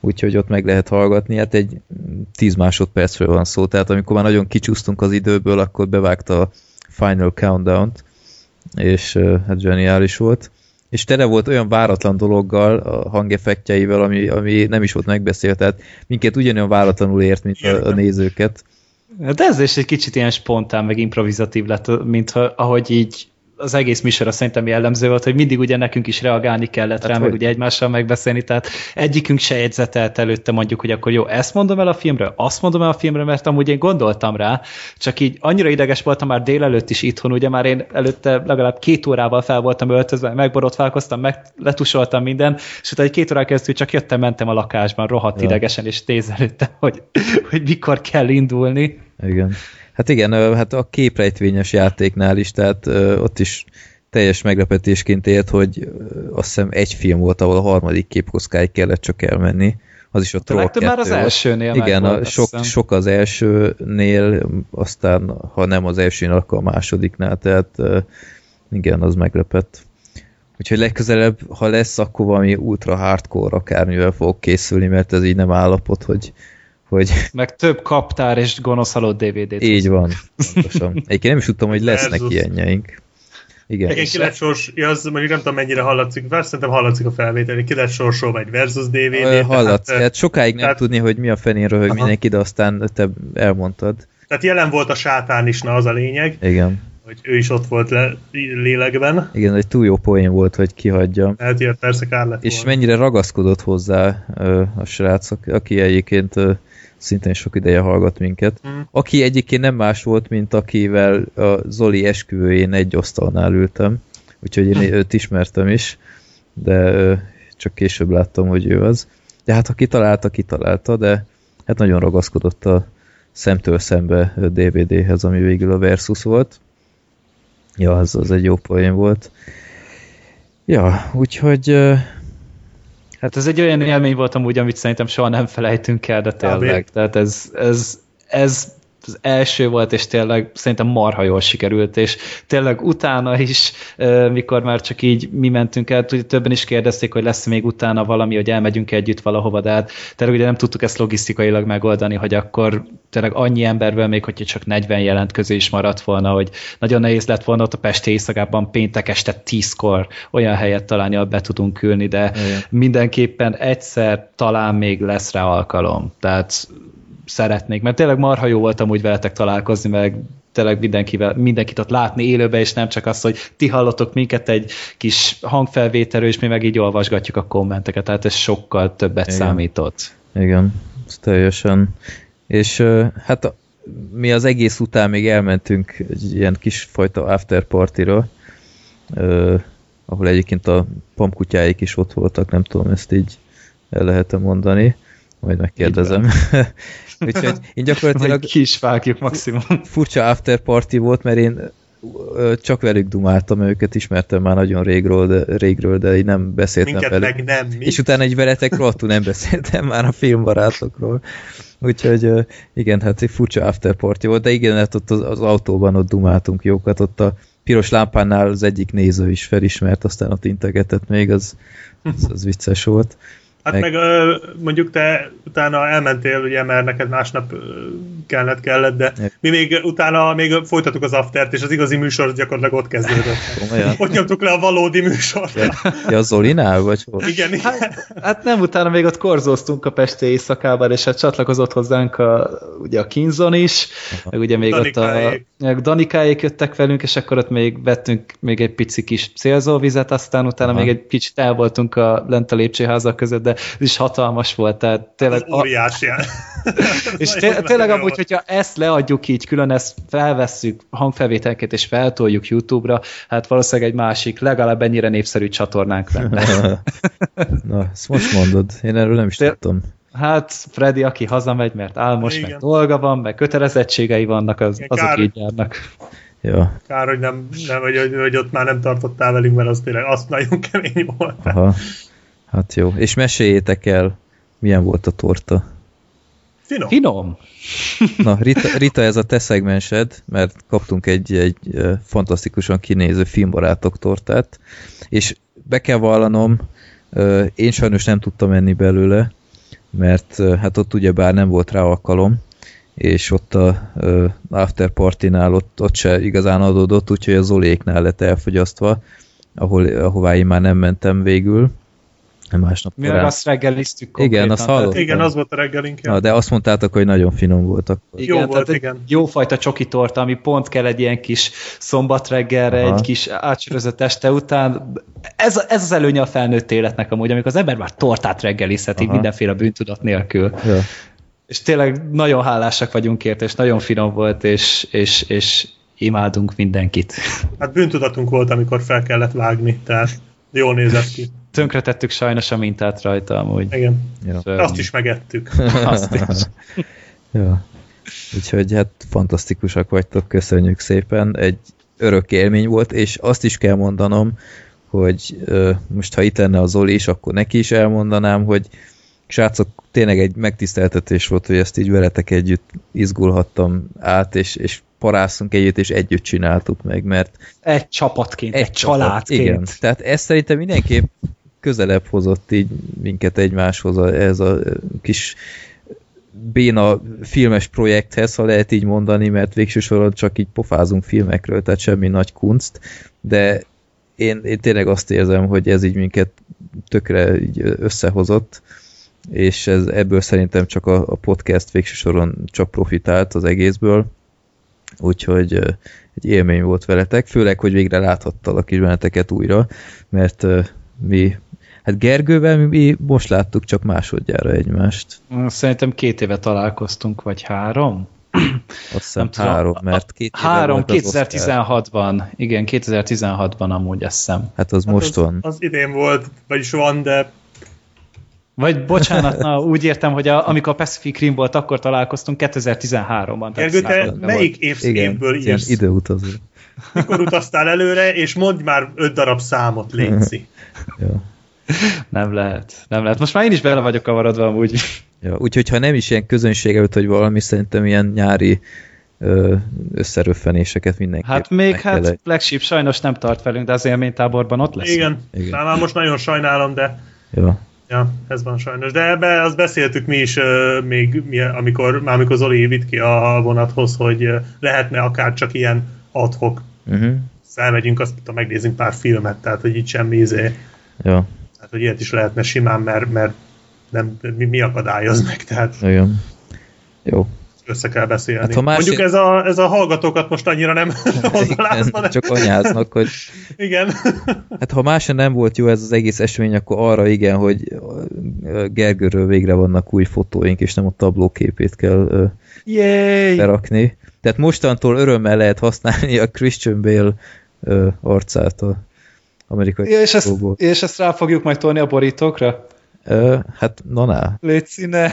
úgyhogy ott meg lehet hallgatni, hát egy tíz másodpercről van szó, tehát amikor már nagyon kicsúsztunk az időből, akkor bevágta a Final Countdown-t, és hát zseniális volt. És tele volt olyan váratlan dologgal, a hangeffektjeivel, ami, ami nem is volt megbeszélt, tehát minket ugyanolyan váratlanul ért, mint a, a nézőket. De ez is egy kicsit ilyen spontán, meg improvizatív lett, mint ha, ahogy így az egész műsorra szerintem jellemző volt, hogy mindig ugye nekünk is reagálni kellett hát rá, hogy... meg ugye egymással megbeszélni, tehát egyikünk se jegyzetelt előtte mondjuk, hogy akkor jó, ezt mondom el a filmről, azt mondom el a filmről, mert amúgy én gondoltam rá, csak így annyira ideges voltam már délelőtt is itthon, ugye már én előtte legalább két órával fel voltam öltözve, megborotválkoztam, meg letusoltam minden, és utána egy két órán keresztül csak jöttem, mentem a lakásban, rohadt ja. idegesen, és tézelődtem, hogy, hogy mikor kell indulni. Igen. Hát igen, hát a képrejtvényes játéknál is, tehát ö, ott is teljes meglepetésként ért, hogy ö, azt hiszem egy film volt, ahol a harmadik képkockáig kellett csak elmenni. Az is a Troll kettő már az elsőnél igen, a sok, sok az elsőnél, aztán ha nem az elsőnél, akkor a másodiknál, tehát ö, igen, az meglepett. Úgyhogy legközelebb, ha lesz, akkor valami ultra hardcore akármivel fogok készülni, mert ez így nem állapot, hogy Hogy... Meg több kaptár és gonosz halott dé vé dét. Így van, pontosan. Egyébként nem is tudtam, hogy lesznek Versus. ilyenjeink. Igen. Igen, ki lett sors, ja, az mondjuk nem tudom mennyire hallatszik, bár szerintem hallatszik a felvétel, ki lett sorsolva egy Versus dé vé dé. Hallatszik, tehát, hát sokáig nem tehát... tudni, hogy mi a fenén röhög aha. mindenki, de aztán te elmondtad. Tehát jelen volt a sátán is, na az a lényeg. Igen. Hogy ő is ott volt le, lélekben. Igen, egy túl jó poén volt, hogy kihagyja. Hát ilyet persze kár lett És volna. mennyire ragaszkodott hozzá a srác, aki egyébként szintén sok ideje hallgat minket. Mm. Aki egyébként nem más volt, mint akivel a Zoli esküvőjén egy asztalnál ültem. Úgyhogy én őt ismertem is, de csak később láttam, hogy ő az. De hát ha kitalálta, kitalálta, de hát nagyon ragaszkodott a szemtől szembe dé vé déhez, ami végül a Versus volt. Ja, az, az egy jó poén volt. Ja, úgyhogy... Hát ez egy olyan élmény volt amúgy, amit szerintem soha nem felejtünk el, de tényleg. Tehát ez, ez, ez az első volt, és tényleg szerintem marha jól sikerült, és tényleg utána is, mikor már csak így mi mentünk el, többen is kérdezték, hogy lesz még utána valami, hogy elmegyünk együtt valahova, de hát tényleg ugye nem tudtuk ezt logisztikailag megoldani, hogy akkor tényleg annyi emberből, még hogyha csak negyven jelentkező is maradt volna, hogy nagyon nehéz lett volna ott a pesti éjszakában péntek este tízkor olyan helyet találni, ahol be tudunk ülni, de igen. Mindenképpen egyszer talán még lesz rá alkalom. Tehát szeretnék, mert tényleg marha jó volt amúgy veletek találkozni, meg tényleg mindenkivel, mindenkit ott látni élőben, és nem csak azt, hogy ti hallotok minket egy kis hangfelvételről, és mi meg így olvasgatjuk a kommenteket, tehát ez sokkal többet igen. számított. Igen, ez teljesen. És hát mi az egész után még elmentünk egy ilyen kis fajta after partyra, ahol egyébként a pampkutyáik is ott voltak, nem tudom, ezt így el lehet-e mondani, majd megkérdezem. Úgyhogy én gyakorlatilag ki is vágjuk maximum. Furcsa after party volt, mert én csak velük dumáltam, őket ismertem már nagyon régről, de, régről, de így nem beszéltem minket velük. Meg nem, mi? És utána egy veletek rohadtul nem beszéltem már a filmbarátokról. Úgyhogy igen, hát egy furcsa after party volt, de igen, hát ott az, az autóban ott dumáltunk jókat, ott a piros lámpánál az egyik néző is felismert, aztán ott integetett még, az, az, az vicces volt. Hát meg, meg mondjuk te utána elmentél, ugye, mert neked másnap kellett, kellett, de meg. mi még utána még folytattuk az aftert, és az igazi műsor gyakorlatilag ott kezdődött. Ott nyomtuk le a valódi műsort. Ja, ja a Zolinál, vagy hol? Igen, igen. Hát, hát nem, utána még ott korzóztunk a pesti éjszakában, és hát csatlakozott hozzánk a, ugye a Kinzon is, aha. meg ugye még Danikáék. Ott a Danikáék jöttek velünk, és akkor ott még vettünk még egy pici kis célzóvizet, aztán utána aha. még egy kicsit el voltunk a lent a lépcsőházak között, de ez is hatalmas volt, tehát tényleg... Óriási. A... és té- tényleg amúgy, hogyha ezt leadjuk így, külön ezt felvesszük hangfelvételként, és feltoljuk YouTube-ra, hát valószínűleg egy másik, legalább ennyire népszerű csatornánk lenne. Na, ezt most mondod, én erről nem is Té- tudtam. Hát Freddy, aki hazamegy, mert álmos, igen. meg dolga van, meg kötelezettségei vannak, az, igen, azok kár, így járnak. Ja. Kár, hogy, nem, nem, hogy, hogy ott már nem tartottál velünk, mert az tényleg azt nagyon kemény volt. Aha. Hát jó. És meséljétek el, milyen volt a torta? Finom. Finom. Na, Rita, Rita, ez a te szegmensed, mert kaptunk egy, egy fantasztikusan kinéző filmbarátok tortát, és be kell vallanom, én sajnos nem tudtam enni belőle, mert hát ott ugyebár nem volt rá alkalom, és ott a uh, after party-nál ott, ott se igazán adódott, úgyhogy a Zoléknál lett elfogyasztva, ahol, ahová én már nem mentem végül. Másnap mi meg azt reggeliztük konkrétan. Igen, azt hallottam. Igen, az volt a reggelink. Na, de azt mondtátok, hogy nagyon finom voltak. Igen, jó volt, igen. Jófajta csoki torta, ami pont kell egy ilyen kis szombat reggelre, aha, egy kis átsörözött este után. Ez, ez az előnye a felnőtt életnek amúgy, amikor az ember már tortát reggelizheti mindenféle bűntudat nélkül. Ja. És tényleg nagyon hálásak vagyunk érte, és nagyon finom volt, és, és, és imádunk mindenkit. Hát bűntudatunk volt, amikor fel kellett vágni, tehát jól nézett ki. Tönkretettük sajnos a mintát rajta amúgy. Igen. Ja. Azt is megettük. Azt is. Ja. Úgyhogy hát fantasztikusak vagytok, köszönjük szépen. Egy örök élmény volt, és azt is kell mondanom, hogy uh, most ha itt lenne a Zoli is, akkor neki is elmondanám, hogy srácok, tényleg egy megtiszteltetés volt, hogy ezt így veletek együtt izgulhattam át, és, és parászunk együtt, és együtt csináltuk meg, mert... Egy csapatként, egy, egy családként. Igen, tehát ezt szerintem mindenképp közelebb hozott így minket egymáshoz ez a kis béna filmes projekthez, ha lehet így mondani, mert végső soron csak így pofázunk filmekről, tehát semmi nagy kunst, de én, én tényleg azt érzem, hogy ez így minket tökre így összehozott, és ez, ebből szerintem csak a, a podcast végső soron csak profitált az egészből, úgyhogy egy élmény volt veletek, főleg, hogy végre láthattalak is benneteket újra, mert mi, hát Gergővel mi most láttuk csak másodjára egymást. Szerintem két éve találkoztunk, vagy három? Azt hiszem három, mert két éve Három, kétezer-tizenhatban, igen, kétezer-tizenhatban amúgy azt hiszem. Hát az hát most az, van. Az idén volt, vagyis van, de vagy bocsánat, na, úgy értem, hogy a, amikor a Pacific Rim volt, akkor találkoztunk kétezer-tizenháromban. Gergő, te melyik évsz, évből írsz? Időutazó. Mikor utaztál előre, és mondj már öt darab számot, létszi. Ja. Nem lehet, nem lehet. Most már én is bele vagyok kavarodva amúgy. Ja, úgyhogy ha nem is ilyen közönség előtt, hogy valami, szerintem ilyen nyári ö, összeröffenéseket mindenképp. Hát még hát egy... Black Sheep sajnos nem tart velünk, de az élménytáborban ott lesz. Igen, Igen. Már most nagyon sajnálom, de... Ja. Ja, ez van sajnos. De ebbe azt beszéltük mi is, uh, még mi, amikor, már amikor Zoli vitt ki a vonathoz, hogy uh, lehetne akár csak ilyen ad-hoc. Uh-huh. Elmegyünk, azt megnézzünk pár filmet, tehát hogy itt semmi izé. Ja. Tehát, hogy ilyet is lehetne simán, mert, mert nem, mi, mi akadályoz meg, tehát... Igen. Jó. Össze kell beszélni. Hát, Mondjuk ez a, ez a hallgatókat most annyira nem hozzalázna. Csak anyáznak, hogy... Igen. Hát ha másra nem volt jó ez az egész esemény, akkor arra igen, hogy Gergőről végre vannak új fotóink, és nem a tablóképét kell Yay! berakni. Tehát mostantól örömmel lehet használni a Christian Bale arcát a amerikai ja, és, ezt, és ezt rá fogjuk majd tolni a borítókra? Uh, hát, na ná. Légy színe.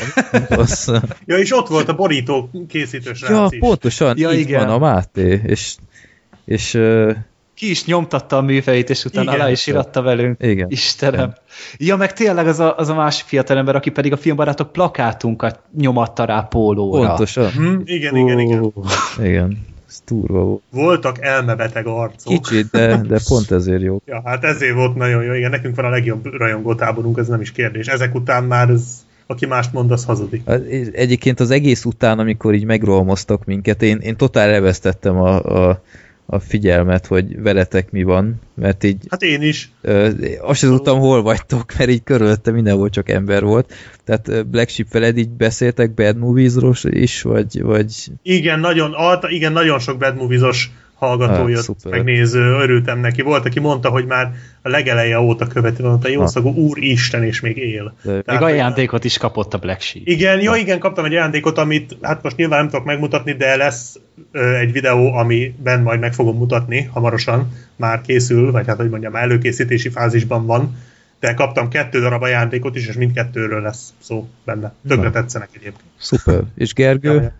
Ja, és ott volt a borító készítő srác ja, is. Pontosan, ja, így igen. van a Máté, és, és uh, ki is nyomtatta a műveit, és utána igen, alá is iratta velünk. Igen. Istenem. Ja, meg tényleg az a, az a másik fiatalember, aki pedig a filmbarátok plakátunkat nyomatta rá pólóra. Pontosan. Hm, igen, igen, igen. Uh, igen. Ez turva volt. Voltak elmebeteg arcok. Kicsit, de, de pont ezért jó. Ja, hát ezért volt nagyon jó. Igen, nekünk van a legjobb rajongótáborunk, ez nem is kérdés. Ezek után már ez, aki mást mond, az hazudik. Egyébként az egész után, amikor így megrohamoztak minket, én, én totál elvesztettem a, a, a figyelmet, hogy veletek mi van, mert így... Hát én is. Ö, azt sem tudtam, hol vagytok, mert így körülöttem mindenhol csak ember volt. Tehát Black Sheep veled így beszéltek Bad Movies-ról is, vagy... vagy... Igen, nagyon, alta, igen, nagyon sok Bad Movies-os hallgató ah, jött, szuper. Megnéző, örültem neki. Volt, aki mondta, hogy már a legeleje óta követi, mondta, jószagú úristen, és még él. De még ajándékot is kapott a Black Sheep. Igen, jó, igen, kaptam egy ajándékot, amit hát most nyilván nem tudok megmutatni, de lesz ö, egy videó, amiben majd meg fogom mutatni hamarosan, már készül, vagy hát, hogy mondjam, előkészítési fázisban van, de kaptam kettő darab ajándékot is, és mindkettőről lesz szó benne. Tökre tetszenek egyébként. Szuper. És Gergő? Ja,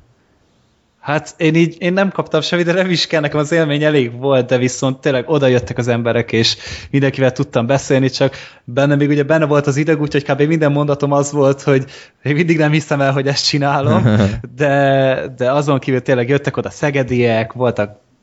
hát én így én nem kaptam semmit, de nem is kell, nekem az élmény elég volt, de viszont tényleg oda jöttek az emberek, és mindenkivel tudtam beszélni, csak benne még ugye benne volt az ideg, úgyhogy kb. Minden mondatom az volt, hogy még mindig nem hiszem el, hogy ezt csinálom, de, de azon kívül tényleg jöttek oda szegediek, voltak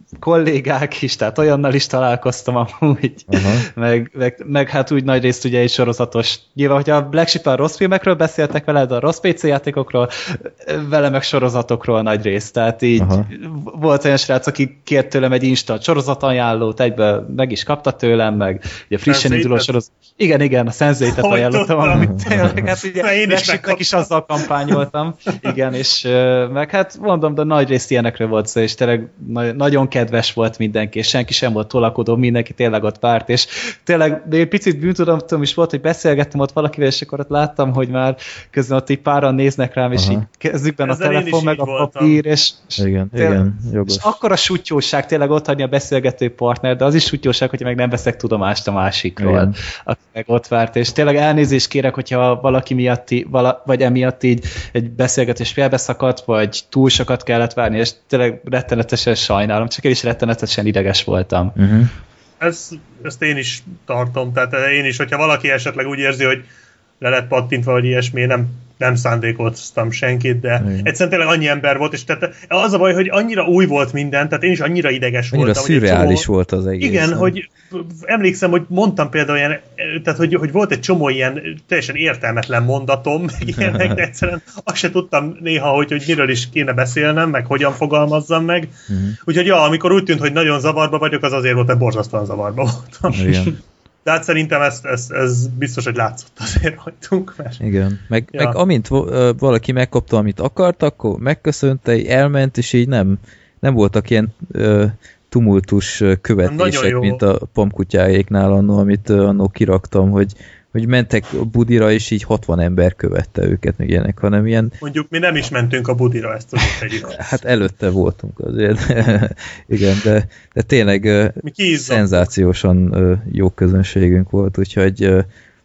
kollégák is, tehát olyannal is találkoztam amúgy, meg, meg, meg hát úgy nagy részt ugye egy sorozatos. Nyilván, hogyha a Black Sheep a rossz filmekről beszéltek veled, a rossz pé cé játékokról, vele meg sorozatokról nagy részt. Tehát így Aha. volt olyan srác, aki kért tőlem egy instant sorozatajánlót, egyből meg is kapta tőlem, meg ugye frissen induló sorozat. Igen, igen, a Sense-eitet ajánlottam, amit tényleg, hát ugye Black Sheepnek is azzal kampányoltam. Igen, és meg hát mondom, de nagy részt ilyenekről volt szó, és tényleg nagyon kedves volt mindenki, és senki sem volt tolakodó, mindenki tényleg ott várt, és tényleg de egy picit bűntudatom is volt, hogy beszélgettem ott valakivel, és akkor ott láttam, hogy már közben ott így páran néznek rám, és Aha. így kezükben Ezzel a telefon, meg a voltam. papír, és, és, igen, tényleg, igen, és akkora sutyóság tényleg ott hagyni a beszélgető partner, de az is sutyóság, hogyha meg nem veszek tudomást a másikról, aki meg ott várt, és tényleg elnézést kérek, hogyha valaki miatt, vala, vagy emiatt így egy beszélgetés félbeszakadt, vagy túl sokat kellett várni, és tényleg rettenetesen sajnálom, csak én is rettenetesen ideges voltam. Uh-huh. Ez, ezt én is tartom, tehát én is, hogyha valaki esetleg úgy érzi, hogy le lett pattintva, vagy ilyesmi, nem, nem szándékoztam senkit, de Igen. egyszerűen tényleg annyi ember volt, és tehát az a baj, hogy annyira új volt minden, tehát én is annyira ideges annyira voltam. Annyira szürreális csomó... volt az egész. Igen, nem? Hogy emlékszem, hogy mondtam például ilyen, tehát hogy, hogy volt egy csomó ilyen teljesen értelmetlen mondatom, ilyenek, de egyszerűen azt se tudtam néha, hogy, hogy miről is kéne beszélnem, meg hogyan fogalmazzam meg. Uh-huh. Úgyhogy ja, amikor úgy tűnt, hogy nagyon zavarba vagyok, az azért volt, hogy borzasztóan zavarba voltam. Igen. De hát szerintem ez, ez, ez biztos, hogy látszott azért rajtunk. Mert... Igen, meg, ja. meg amint valaki megkapta, amit akart, akkor megköszönte, elment, és így nem, nem voltak ilyen uh, tumultus követések, mint a pamkutyáéknál annó, amit uh, annó kiraktam, hogy, hogy mentek a budira, és így hatvan ember követte őket, meg ilyenek, hanem ilyen... Mondjuk mi nem is mentünk a budira, ezt tudjuk tegyük. Hát előtte voltunk azért. Igen, de, de tényleg uh, szenzációsan uh, jó közönségünk volt, úgyhogy uh,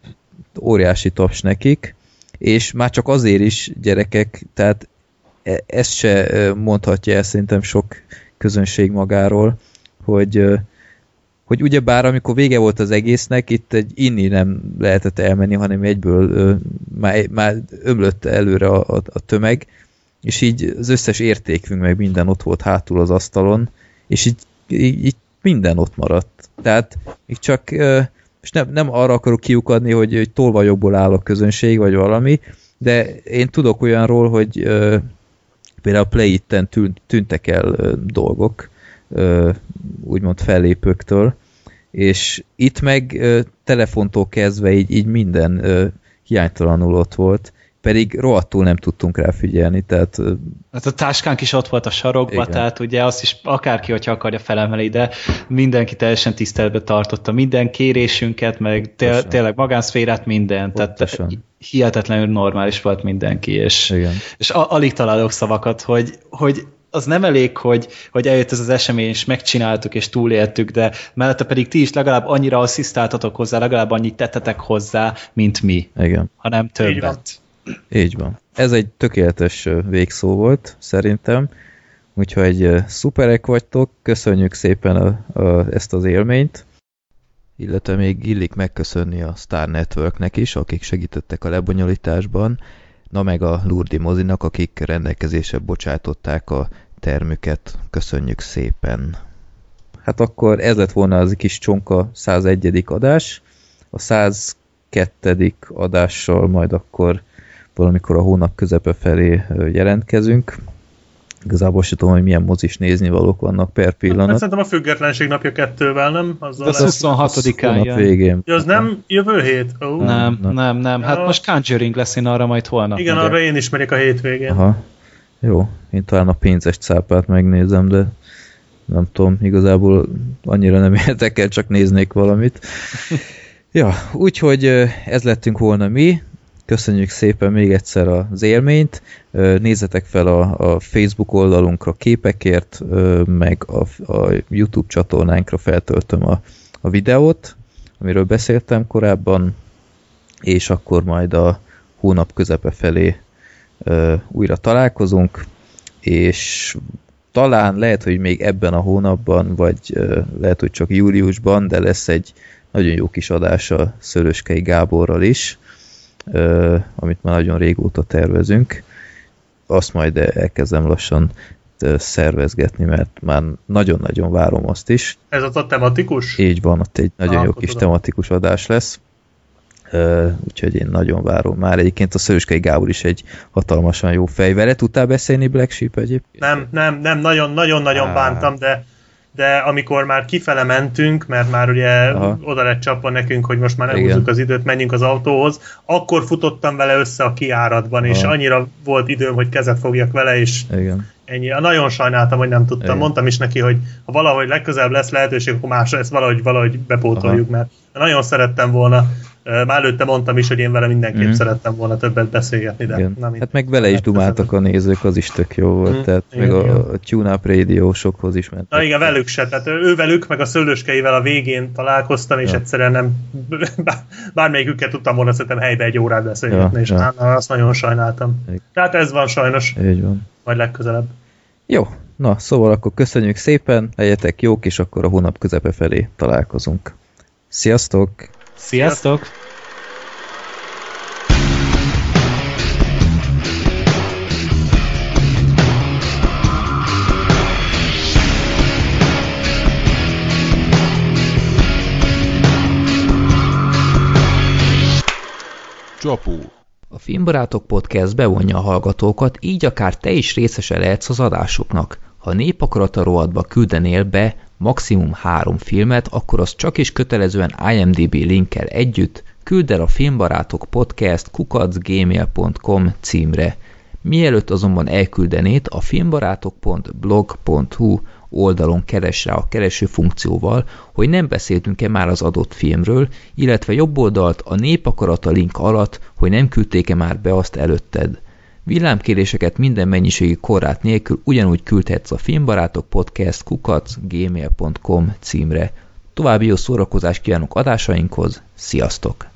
óriási taps nekik, és már csak azért is gyerekek, tehát ezt se uh, mondhatja el szerintem sok közönség magáról, hogy uh, hogy ugyebár amikor vége volt az egésznek, itt egy inni nem lehetett elmenni, hanem egyből ö, már, már ömlött előre a, a, a tömeg, és így az összes értékünk, meg minden ott volt hátul az asztalon, és így, így, így minden ott maradt. Tehát így csak, ö, és nem, nem arra akarok kiukadni, hogy, hogy tolvajokból áll a közönség, vagy valami, de én tudok olyanról, hogy ö, például a Play-It-en tűntek el ö, dolgok, ö, úgymond fellépőktől, és itt meg ö, telefontól kezdve így, így minden ö, hiánytalanul ott volt, pedig rohadtul nem tudtunk rá figyelni, tehát... Ö, hát a táskánk is ott volt a sarokba, igen. Tehát ugye azt is akárki, hogyha akarja felemeli, de mindenki teljesen tiszteletbe tartotta minden kérésünket, meg té- tényleg magánszférát, minden, tehát hihetetlenül normális volt mindenki, és, és a- alig találok szavakat, hogy, hogy az nem elég, hogy, hogy eljött ez az esemény, és megcsináltuk, és túléltük, de mellette pedig ti is legalább annyira asszisztáltatok hozzá, legalább annyit tettetek hozzá, mint mi. Igen. Hanem többet. Így van. Így van. Ez egy tökéletes végszó volt, szerintem. Úgyhogy szuperek vagytok, köszönjük szépen a, a, ezt az élményt. Illetve még illik megköszönni a Star Networknek is, akik segítettek a lebonyolításban, na meg a Lurdi mozinak, akik rendelkezésre bocsátották a termüket. Köszönjük szépen! Hát akkor ez lett volna az kis csonka százegyedik adás. A százkettő adással majd akkor valamikor a hónap közepe felé jelentkezünk. Igazából sem tudom, hogy milyen mozis nézni valók vannak per pillanat. Hát szerintem a függetlenség napja kettővel, nem? Azzal az huszonhatodikán jön. Végén. Ja, az nem jövő hét? Oh. Nem, nem, nem, nem. Hát ja. Most Conjuring lesz, én arra majd holnap. Igen, megyek. Arra én ismerik a hétvégén. Aha. Jó, én talán a pénzes cápát megnézem, de nem tudom, igazából annyira nem érdekel, csak néznék valamit. Ja, úgyhogy ez lettünk volna mi. Köszönjük szépen még egyszer az élményt. Nézzetek fel a, a Facebook oldalunkra képekért, meg a, a YouTube csatornánkra feltöltöm a, a videót, amiről beszéltem korábban, és akkor majd a hónap közepe felé újra találkozunk, és talán lehet, hogy még ebben a hónapban, vagy lehet, hogy csak júliusban, de lesz egy nagyon jó kis adás a Szöröskei Gáborral is, Uh, amit már nagyon régóta tervezünk. Azt majd elkezdem lassan ezt szervezgetni, mert már nagyon-nagyon várom azt is. Ez ott a tematikus? Így van, ott egy nagyon ah, jó kis tudom. tematikus adás lesz. Uh, úgyhogy én nagyon várom már. Egyébként a Szöröskei Gábor is egy hatalmasan jó fej. Vele tudtál beszélni Black Sheep egyébként? Nem, nem, nem, nagyon-nagyon ah. bántam, de de amikor már kifele mentünk, mert már ugye Aha. oda lett csapva nekünk, hogy most már nem húzzuk az időt, menjünk az autóhoz, akkor futottam vele össze a kijáratban, Aha. és annyira volt időm, hogy kezet fogjak vele, és Igen. ennyi. Nagyon sajnáltam, hogy nem tudtam. Igen. Mondtam is neki, hogy ha valahogy legközelebb lesz lehetőség, akkor más ezt valahogy, valahogy bepótoljuk, Aha. mert nagyon szerettem volna. Már előtte mondtam is, hogy én vele mindenképp mm. szerettem volna többet beszélgetni, de nem. Hát meg vele is dumáltak a nézők, az is tök jó volt, mm. tehát igen, meg a, a Tune-Up Radio-sokhoz is ment. Na igen, velük se, tehát ő velük, meg a Szőlőskeivel a végén találkoztam, és ja. egyszerűen nem, bármelyikükkel tudtam volna szerintem helybe egy órát beszélgetni, ja, és ja. Na, azt nagyon sajnáltam. Igen. Tehát ez van sajnos. Így van. Majd legközelebb. Jó, na szóval akkor köszönjük szépen, legyetek jók, és akkor a hónap közepe felé találkozunk. Sziasztok! Sziasztok! Csapó. A Filmbarátok Podcast bevonja a hallgatókat, így akár te is részese lehetsz az adásoknak. Ha népakarata rovatba küldenél be maximum három filmet, akkor az csak is kötelezően IMDb linkkel együtt küld el a Filmbarátok Podcast kukac gmail pont com címre. Mielőtt azonban elküldenéd, a filmbarátok pont blog pont hu oldalon keres rá a kereső funkcióval, hogy nem beszéltünk-e már az adott filmről, illetve jobb oldalt a népakarata link alatt, hogy nem küldték-e már be azt előtted. Villámkéréseket minden mennyiségi korlát nélkül ugyanúgy küldhetsz a Filmbarátok Podcast kukac gmail pont com címre. További jó szórakozást kívánok adásainkhoz, sziasztok!